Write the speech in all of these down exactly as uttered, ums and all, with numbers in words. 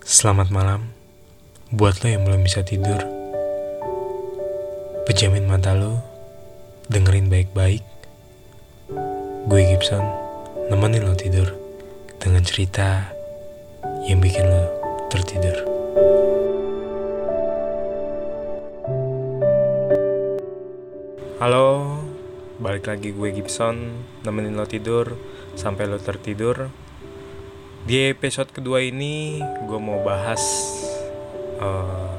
Selamat malam buat lo yang belum bisa tidur. Pejamin mata lo, dengerin baik-baik. Gue Gibson, nemenin lo tidur dengan cerita yang bikin lo tertidur. Halo, balik lagi gue Gibson, nemenin lo tidur sampai lo tertidur. Di episode kedua ini gue mau bahas uh,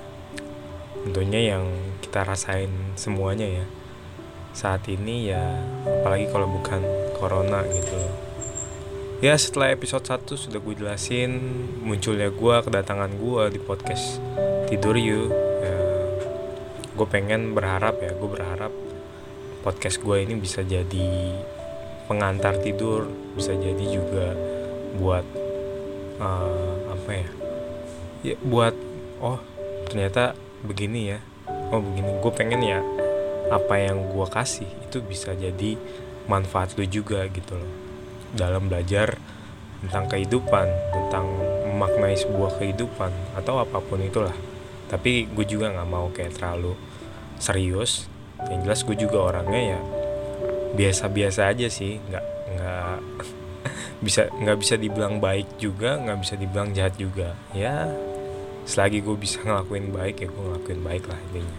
tentunya yang kita rasain semuanya ya saat ini ya, apalagi kalau bukan corona gitu. Ya setelah episode satu sudah gue jelasin munculnya gue, kedatangan gue di podcast Tidur You ya, gue pengen berharap ya, gue berharap podcast gue ini bisa jadi pengantar tidur, bisa jadi juga buat uh, apa ya ya buat oh ternyata begini ya, oh begini. Gue pengen ya apa yang gue kasih itu bisa jadi manfaat lu juga gitu loh, dalam belajar tentang kehidupan, tentang memaknai sebuah kehidupan atau apapun itulah. Tapi gue juga nggak mau kayak terlalu serius. Yang jelas gue juga orangnya ya biasa-biasa aja sih, nggak nggak bisa nggak bisa dibilang baik juga, nggak bisa dibilang jahat juga ya. Selagi gue bisa ngelakuin baik ya gue ngelakuin baik lah intinya.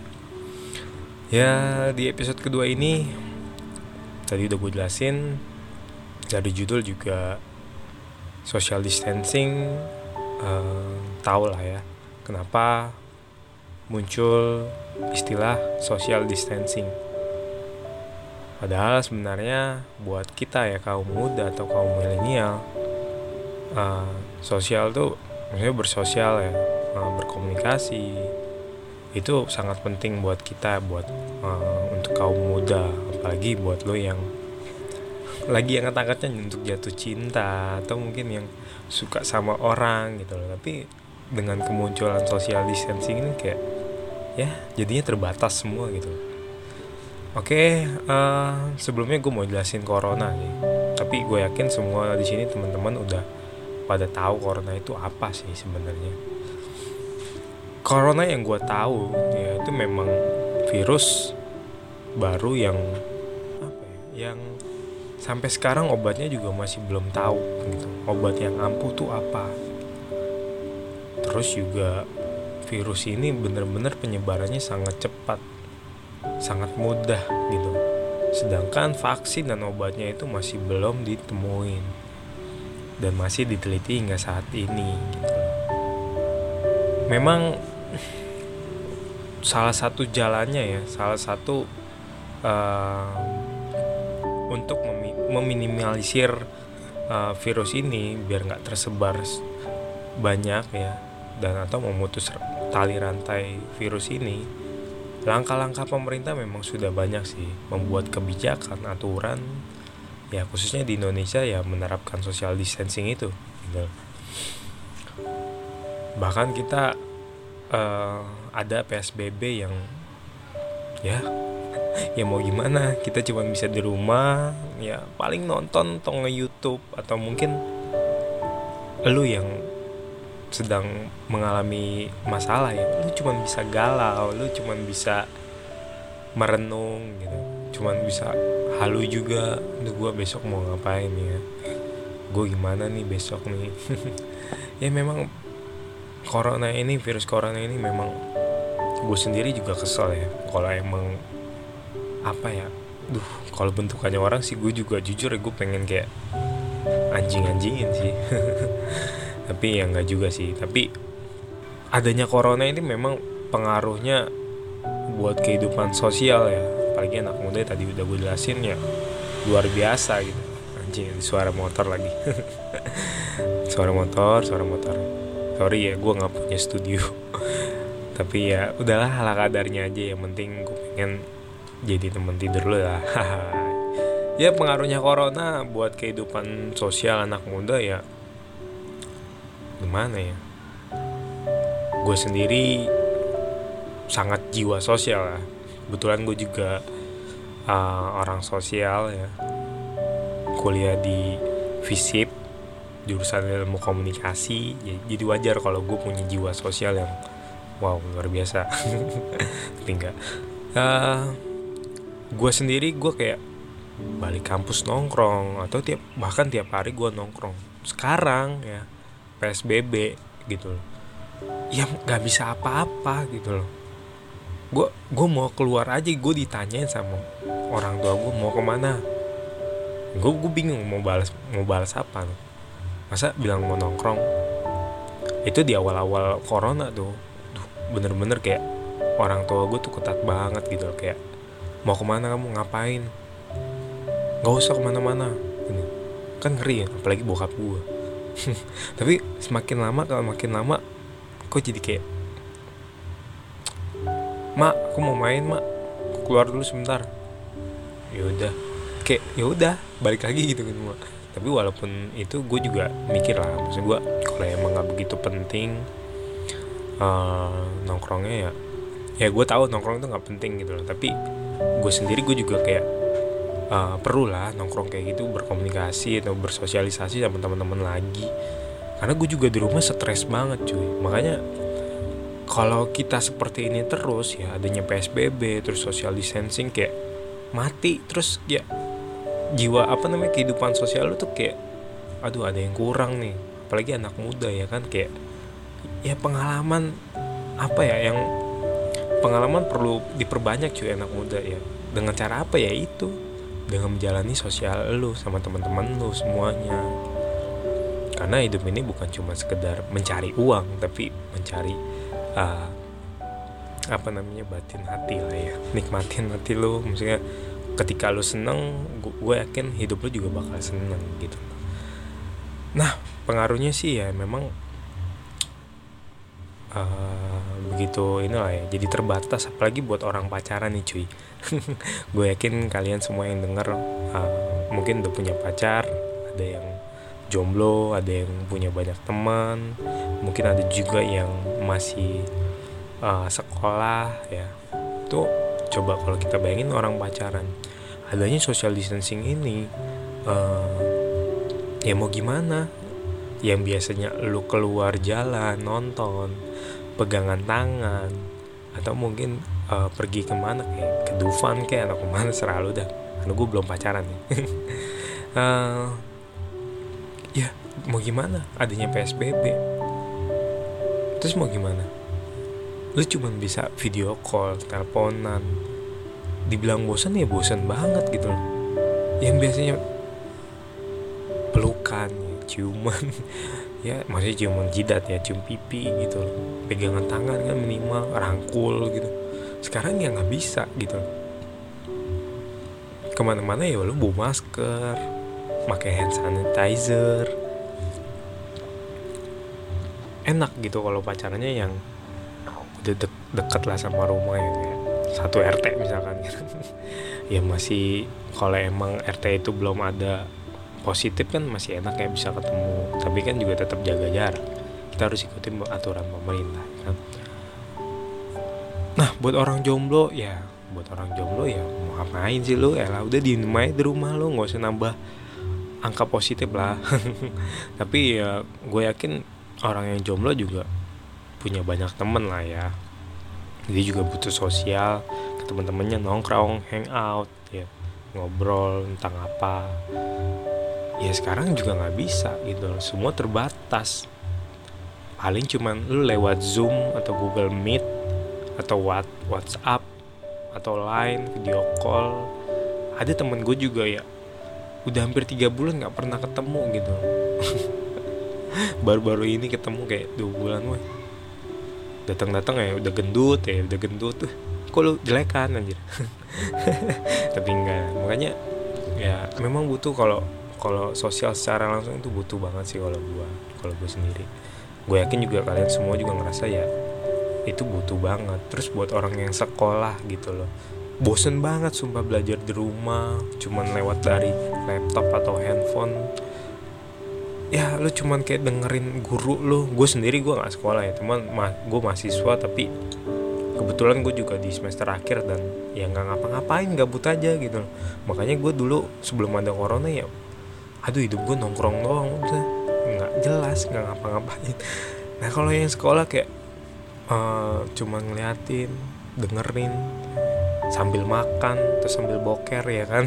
Ya di episode kedua ini tadi udah gue jelasin dari judul juga social distancing. eh, Tahu lah ya kenapa muncul istilah social distancing. Padahal sebenarnya buat kita ya kaum muda atau kaum milenial, uh, sosial tuh maksudnya bersosial ya, uh, berkomunikasi itu sangat penting buat kita, buat uh, untuk kaum muda, apalagi buat lo yang lagi yang angkat-angkatnya untuk jatuh cinta atau mungkin yang suka sama orang gitu loh. Tapi dengan kemunculan social distancing ini kayak ya jadinya terbatas semua gitu. Oke, uh, sebelumnya gue mau jelasin corona nih. Tapi gue yakin semua di sini teman-teman udah pada tahu corona itu apa sih sebenarnya. Corona yang gue tahu ya itu memang virus baru yang apa ya, yang sampai sekarang obatnya juga masih belum tahu gitu. Obat yang ampuh tuh apa? Terus juga virus ini benar-benar penyebarannya sangat cepat, sangat mudah gitu. Sedangkan vaksin dan obatnya itu masih belum ditemuin dan masih diteliti hingga saat ini gitu. Memang salah satu jalannya ya, salah satu uh, untuk memi- meminimalisir uh, virus ini biar nggak tersebar banyak ya, dan atau memutus tali rantai virus ini, langkah-langkah pemerintah memang sudah banyak sih membuat kebijakan, aturan ya, khususnya di Indonesia ya menerapkan social distancing itu gitu. Bahkan kita uh, ada P S B B yang ya ya mau gimana, kita cuma bisa di rumah ya, paling nonton atau nge-YouTube, atau mungkin lu yang sedang mengalami masalah ya, lu cuma bisa galau, lu cuma bisa merenung gitu, cuma bisa halu juga, lu gue besok mau ngapain ya, gue gimana nih besok nih. Ya memang corona ini, virus corona ini memang gue sendiri juga kesel ya. Kalau emang apa ya, duh kalau bentukannya orang sih gue juga jujur ya gue pengen kayak anjing-anjingin sih. Tapi ya nggak juga sih. Tapi adanya corona ini memang pengaruhnya buat kehidupan sosial ya, apalagi anak muda tadi udah gue jelasin ya, luar biasa gitu. Anjing, suara motor lagi. Suara motor, suara motor. Sorry ya, gue nggak punya studio. Tapi ya udahlah, ala kadarnya aja. Yang penting gue pengen jadi teman tidur lo lah. Ya pengaruhnya corona buat kehidupan sosial anak muda ya gimana ya, gue sendiri sangat jiwa sosial lah. Kebetulan gue juga uh, orang sosial ya, kuliah di FISIP jurusan ilmu komunikasi, jadi wajar kalau gue punya jiwa sosial yang wow luar biasa. Tapi enggak, uh, gue sendiri gue kayak balik kampus nongkrong, atau tiap bahkan tiap hari gue nongkrong. Sekarang ya P S B B gitu loh, ya nggak bisa apa-apa gitu loh. Gue gue mau keluar aja, gue ditanyain sama orang tua gue mau kemana, gue gue bingung mau balas mau balas apa loh. Masa bilang mau nongkrong. Itu di awal-awal corona tuh, tuh bener-bener kayak orang tua gue tuh ketat banget gitu loh, kayak mau kemana kamu, ngapain, nggak usah kemana-mana ini kan ngeri ya, apalagi bokap gue. Tapi semakin lama kalau makin lama kok jadi kayak, mak aku mau main mak, aku keluar dulu sebentar. Ya udah, kayak ya udah balik lagi gitu kan mak. Tapi walaupun itu gue juga mikir lah, maksud gue kalau emang nggak begitu penting uh, nongkrongnya ya ya gue tahu nongkrong itu nggak penting gitu loh. Tapi gue sendiri gue juga kayak uh, perlu lah nongkrong kayak gitu, berkomunikasi atau bersosialisasi sama teman-teman lagi, karena gue juga di rumah stres banget cuy. Makanya kalau kita seperti ini terus ya, adanya P S B B terus social distancing, kayak mati terus ya, jiwa apa namanya kehidupan sosial lu tuh kayak aduh ada yang kurang nih. Apalagi anak muda ya kan, kayak ya pengalaman apa ya, yang pengalaman perlu diperbanyak cuy anak muda ya. Dengan cara apa ya, itu dengan menjalani sosial lu sama teman-teman lu semuanya. Karena hidup ini bukan cuma sekedar mencari uang, tapi mencari uh, apa namanya batin hati lah ya, nikmatin hati lu. Maksudnya ketika lu seneng, gue yakin hidup lu juga bakal seneng gitu. Nah pengaruhnya sih ya memang uh, begitu inilah ya, jadi terbatas, apalagi buat orang pacaran nih cuy. Gue yakin kalian semua yang denger uh, mungkin udah punya pacar, ada yang jomblo, ada yang punya banyak teman, mungkin ada juga yang masih uh, sekolah ya. Tuh coba kalau kita bayangin orang pacaran, adanya social distancing ini, uh, ya mau gimana? Yang biasanya lu keluar jalan, nonton, pegangan tangan, atau mungkin uh, pergi kemana kayak ke Dufan kayak atau kemana, serah lu dah. Karena gue belum pacaran nih. uh, ya mau gimana? Adanya P S B B. Terus mau gimana? Lu cuma bisa video call, teleponan. Dibilang bosan ya bosan banget gitu loh. Yang biasanya pelukan, ya, ciuman, ya maksudnya ciuman jidat ya, cium pipi gitu loh. Pegangan tangan kan minimal, rangkul gitu. Sekarang ya nggak bisa gitu loh. Kemana-mana ya lu bawa masker, pakai hand sanitizer. Enak gitu kalau pacarannya yang udah de- deket lah sama rumah ya, kayak satu R T misalkan gitu. Ya masih, kalau emang R T itu belum ada positif kan masih enak ya bisa ketemu, tapi kan juga tetap jaga jarak. Kita harus ikutin aturan pemerintah kan. Nah buat orang jomblo ya, buat orang jomblo ya mau ngapain sih lu? Elah udah diem aja di rumah lu, nggak usah nambah angka positif lah. Tapi ya gue yakin orang yang jomblo juga punya banyak temen lah ya. Dia juga butuh sosial, ke teman-temannya nongkrong, hangout, ya ngobrol tentang apa. Ya sekarang juga nggak bisa gitu, semua terbatas. Paling cuman lu lewat Zoom atau Google Meet atau WhatsApp atau Line video call. Ada temen gue juga ya, udah hampir tiga bulan nggak pernah ketemu gitu. Baru-baru ini ketemu kayak dua bulan weh. Datang-datang ya udah gendut ya, udah gendut tuh. Kok lu jelekan anjir. Tapi enggak, makanya ya memang butuh, kalau kalau sosial secara langsung itu butuh banget sih kalau gue, kalau gue sendiri. Gue yakin juga kalian semua juga ngerasa ya itu butuh banget. Terus buat orang yang sekolah gitu loh, bosen banget sumpah belajar di rumah, cuman lewat dari laptop atau handphone. Ya lu cuman kayak dengerin guru lu. Gue sendiri gue nggak sekolah ya teman, ma- gue mahasiswa, tapi kebetulan gue juga di semester akhir dan ya nggak ngapa-ngapain, gabut aja gitu. Makanya gue dulu sebelum ada corona ya, aduh hidup gue nongkrong doang udah, nggak jelas, nggak ngapa-ngapain. Nah kalau yang sekolah kayak uh, cuma ngeliatin, dengerin, sambil makan, terus sambil boker ya kan.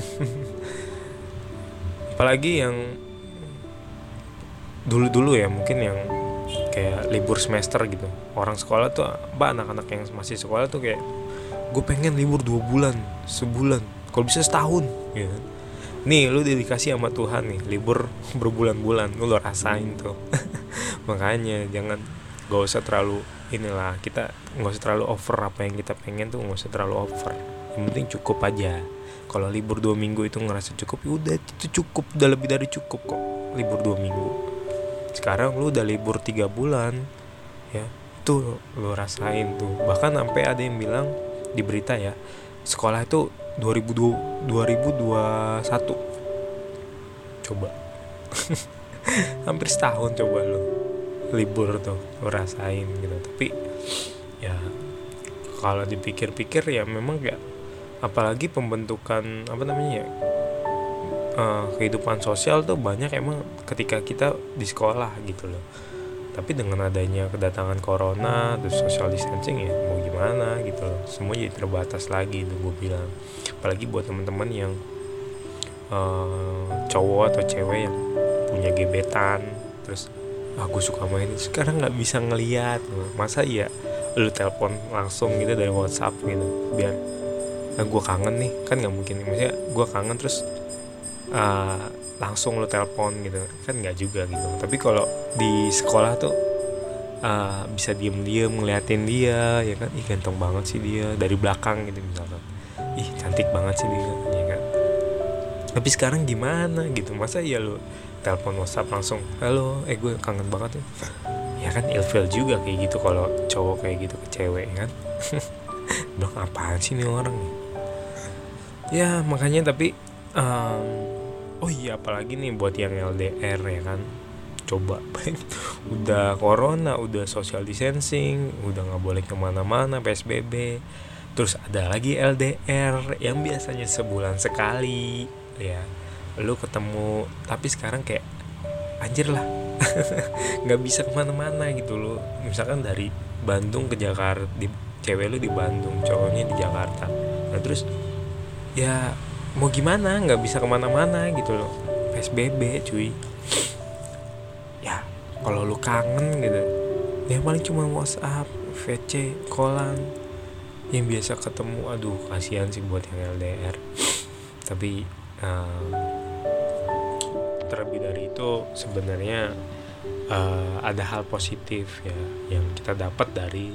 Apalagi yang dulu-dulu ya, mungkin yang kayak libur semester gitu. Orang sekolah tuh, mbak anak-anak yang masih sekolah tuh kayak, gue pengen libur dua bulan, sebulan, kalau bisa setahun gitu. Nih lu dikasih sama Tuhan nih libur berbulan-bulan, lu lo rasain tuh. Makanya jangan, gak usah terlalu inilah, kita gak usah terlalu over apa yang kita pengen tuh, gak usah terlalu over. Yang penting cukup aja. Kalau libur dua minggu itu ngerasa cukup, ya udah itu cukup, udah lebih dari cukup kok libur dua minggu. Sekarang lu udah libur tiga bulan, ya itu lu rasain tuh. Bahkan sampai ada yang bilang di berita ya, sekolah itu dua ribu dua puluh satu. Coba. Hampir setahun coba lu libur tuh lu rasain gitu. Tapi ya kalau dipikir-pikir ya memang gak, apalagi pembentukan apa namanya ya, uh, kehidupan sosial tuh banyak emang ketika kita di sekolah gitu loh. Tapi dengan adanya kedatangan corona, terus social distancing ya mau gimana gitu loh, semua jadi terbatas lagi tuh gue bilang. Apalagi buat teman-teman yang uh, cowok atau cewek yang punya gebetan, terus ah gue suka main, sekarang nggak bisa ngeliat, masa iya lu telepon langsung gitu dari WhatsApp gitu biar nah gue kangen nih, kan nggak mungkin, maksudnya gue kangen terus uh, langsung lu telepon gitu kan, nggak juga gitu. Tapi kalau di sekolah tuh uh, bisa diem-diem ngeliatin dia ya kan, ih ganteng banget sih dia dari belakang gitu misalkan, ih cantik banget sih dia ya kan. Tapi sekarang gimana gitu, masa ya lu telepon WhatsApp langsung halo, eh gue kangen banget ya, ya kan ilfil juga kayak gitu kalau cowok kayak gitu ke cewek kan. Bilang apaan sih nih orang nih ya. Makanya tapi um, oh iya apalagi nih buat yang L D R ya kan, coba udah corona, udah social distancing, udah nggak boleh kemana-mana, P S B B, terus ada lagi L D R yang biasanya sebulan sekali ya lu ketemu, tapi sekarang kayak anjir lah. Nggak bisa kemana-mana gitu lo. Misalkan dari Bandung ke Jakarta, di, cewek lu di Bandung, cowoknya di Jakarta, nah terus ya mau gimana, nggak bisa kemana-mana gitu loh, P S B B cuy. Ya kalau lu kangen gitu ya paling cuma WhatsApp, V C, callan yang biasa ketemu. Aduh kasihan sih buat yang L D R. Tapi um, terlebih dari itu sebenarnya uh, ada hal positif ya yang kita dapat dari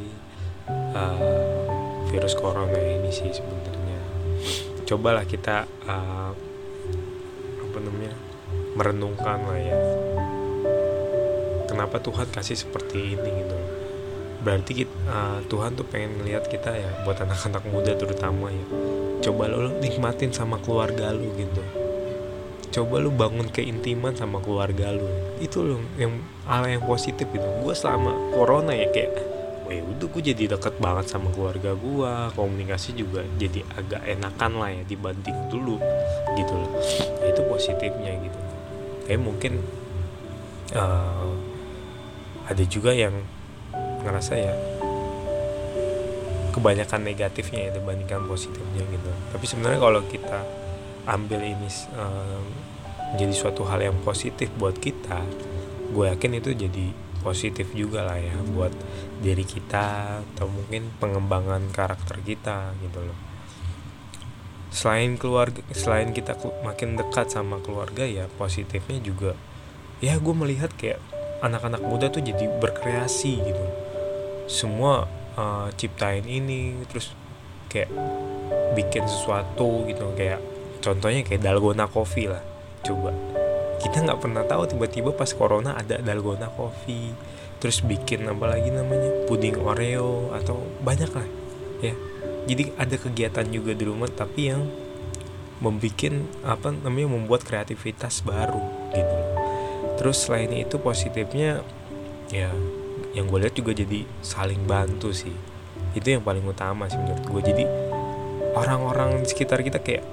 uh, virus corona ini sih sebenarnya. Cobalah kita uh, apa namanya merenungkan lah ya, kenapa Tuhan kasih seperti ini gitu. Berarti kita, uh, Tuhan tuh pengen ngelihat kita ya, buat anak-anak muda terutama ya, coba lo nikmatin sama keluarga lu gitu. Coba lu bangun keintiman sama keluarga lu. Itu loh yang hal yang positif gitu. Gue selama corona ya kayak, wah udah gue jadi deket banget sama keluarga gue, komunikasi juga jadi agak enakan lah ya dibanding dulu gitu loh. Nah, itu positifnya gitu. Kayak mungkin uh, ada juga yang ngerasa ya kebanyakan negatifnya ya dibandingkan positifnya gitu. Tapi sebenarnya kalau kita ambil ini um, jadi suatu hal yang positif buat kita, gue yakin itu jadi positif juga lah ya buat diri kita, atau mungkin pengembangan karakter kita gitu loh. Selain keluarga, selain kita makin dekat sama keluarga ya positifnya juga ya gue melihat kayak anak-anak muda tuh jadi berkreasi gitu. Semua uh, ciptain ini, terus kayak bikin sesuatu gitu, kayak contohnya kayak Dalgona Coffee lah. Coba kita nggak pernah tahu tiba-tiba pas corona ada Dalgona Coffee, terus bikin apa lagi namanya puding Oreo atau banyak lah ya. Jadi ada kegiatan juga di rumah tapi yang membuat apa namanya membuat kreativitas baru gitu. Terus selain itu positifnya ya yang gue lihat juga jadi saling bantu sih. Itu yang paling utama sih menurut gue. Jadi orang-orang di sekitar kita kayak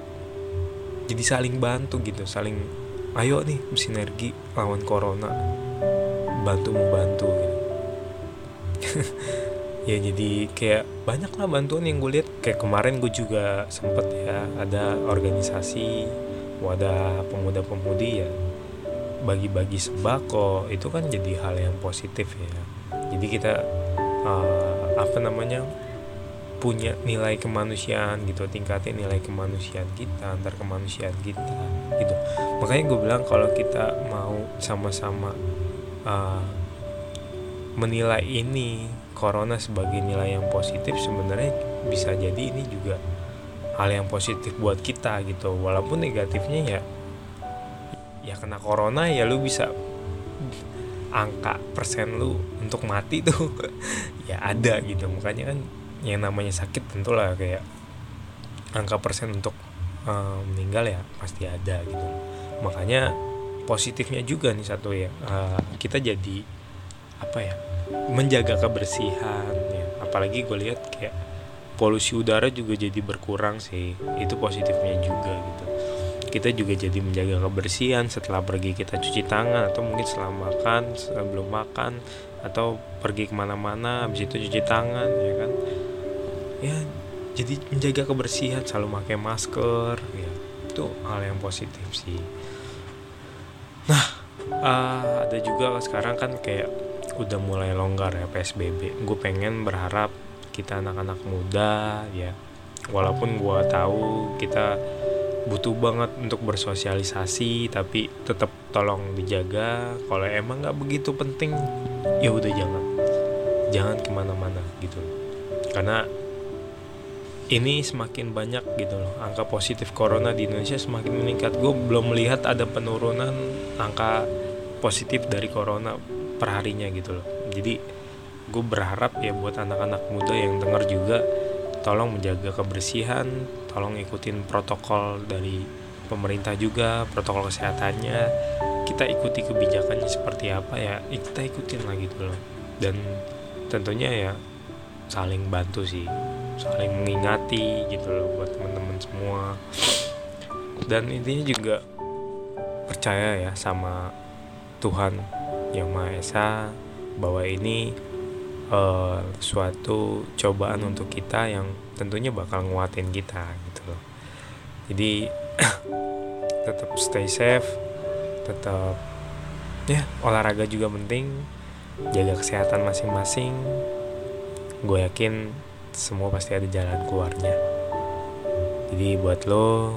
jadi saling bantu gitu, saling ayo nih bersinergi lawan corona. bantu membantu gitu. Ya jadi kayak banyak lah bantuan yang gue lihat. Kayak kemarin gue juga sempet ya ada organisasi wadah pemuda-pemudi ya bagi-bagi sembako. Itu kan jadi hal yang positif ya. Jadi kita uh, apa namanya punya nilai kemanusiaan gitu, tingkatin nilai kemanusiaan kita, antar kemanusiaan kita gitu. Makanya gue bilang kalau kita mau sama-sama uh, menilai ini corona sebagai nilai yang positif, sebenarnya bisa jadi ini juga hal yang positif buat kita gitu. Walaupun negatifnya ya ya kena corona ya lu bisa angka persen lu untuk mati tuh ya ada gitu. Makanya kan yang namanya sakit tentulah kayak angka persen untuk uh, meninggal ya pasti ada gitu. Makanya positifnya juga nih satu ya, uh, kita jadi apa ya, menjaga kebersihan ya. Apalagi gue lihat kayak polusi udara juga jadi berkurang sih, itu positifnya juga gitu. Kita juga jadi menjaga kebersihan, setelah pergi kita cuci tangan, atau mungkin setelah makan, sebelum makan, atau pergi kemana-mana habis itu cuci tangan ya kan. Ya jadi menjaga kebersihan, selalu pakai masker ya, itu hal yang positif sih. Nah uh, ada juga sekarang kan kayak udah mulai longgar ya P S B B. Gue pengen berharap kita anak-anak muda ya, walaupun gue tahu kita butuh banget untuk bersosialisasi, tapi tetap tolong dijaga. Kalau emang nggak begitu penting ya udah jangan jangan kemana-mana gitu, karena ini semakin banyak gitu loh, angka positif corona di Indonesia semakin meningkat. Gue belum melihat ada penurunan angka positif dari corona perharinya gitu loh. Jadi gue berharap ya buat anak-anak muda yang denger juga, tolong menjaga kebersihan, tolong ikutin protokol dari pemerintah juga, protokol kesehatannya. Kita ikuti kebijakannya seperti apa ya, kita ikutin lah gitu loh. Dan tentunya ya saling bantu sih, saling mengingati gitu loh buat teman-teman semua. Dan intinya juga percaya ya sama Tuhan Yang Maha Esa, bahwa ini uh, suatu cobaan untuk kita yang tentunya bakal nguatin kita gitu loh. Jadi tetap stay safe, tetap ya olahraga juga penting, jaga kesehatan masing-masing. Gue yakin semua pasti ada jalan keluarnya. Jadi buat lo,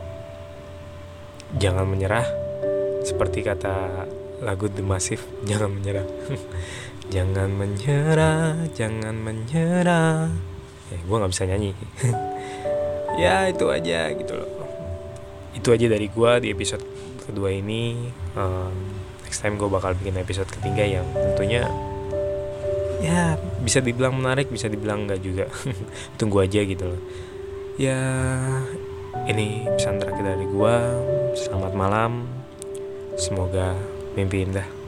jangan menyerah. Seperti kata lagu The Massive, jangan menyerah. Jangan menyerah, jangan menyerah. Eh, gue gak bisa nyanyi. Ya itu aja gitu loh. Itu aja dari gue di episode kedua ini. um, Next time gue bakal bikin episode ketiga yang tentunya ya bisa dibilang menarik, bisa dibilang enggak juga. Tunggu aja gitu loh. Ya ini pesan terakhir dari gue. Selamat malam, semoga mimpi indah.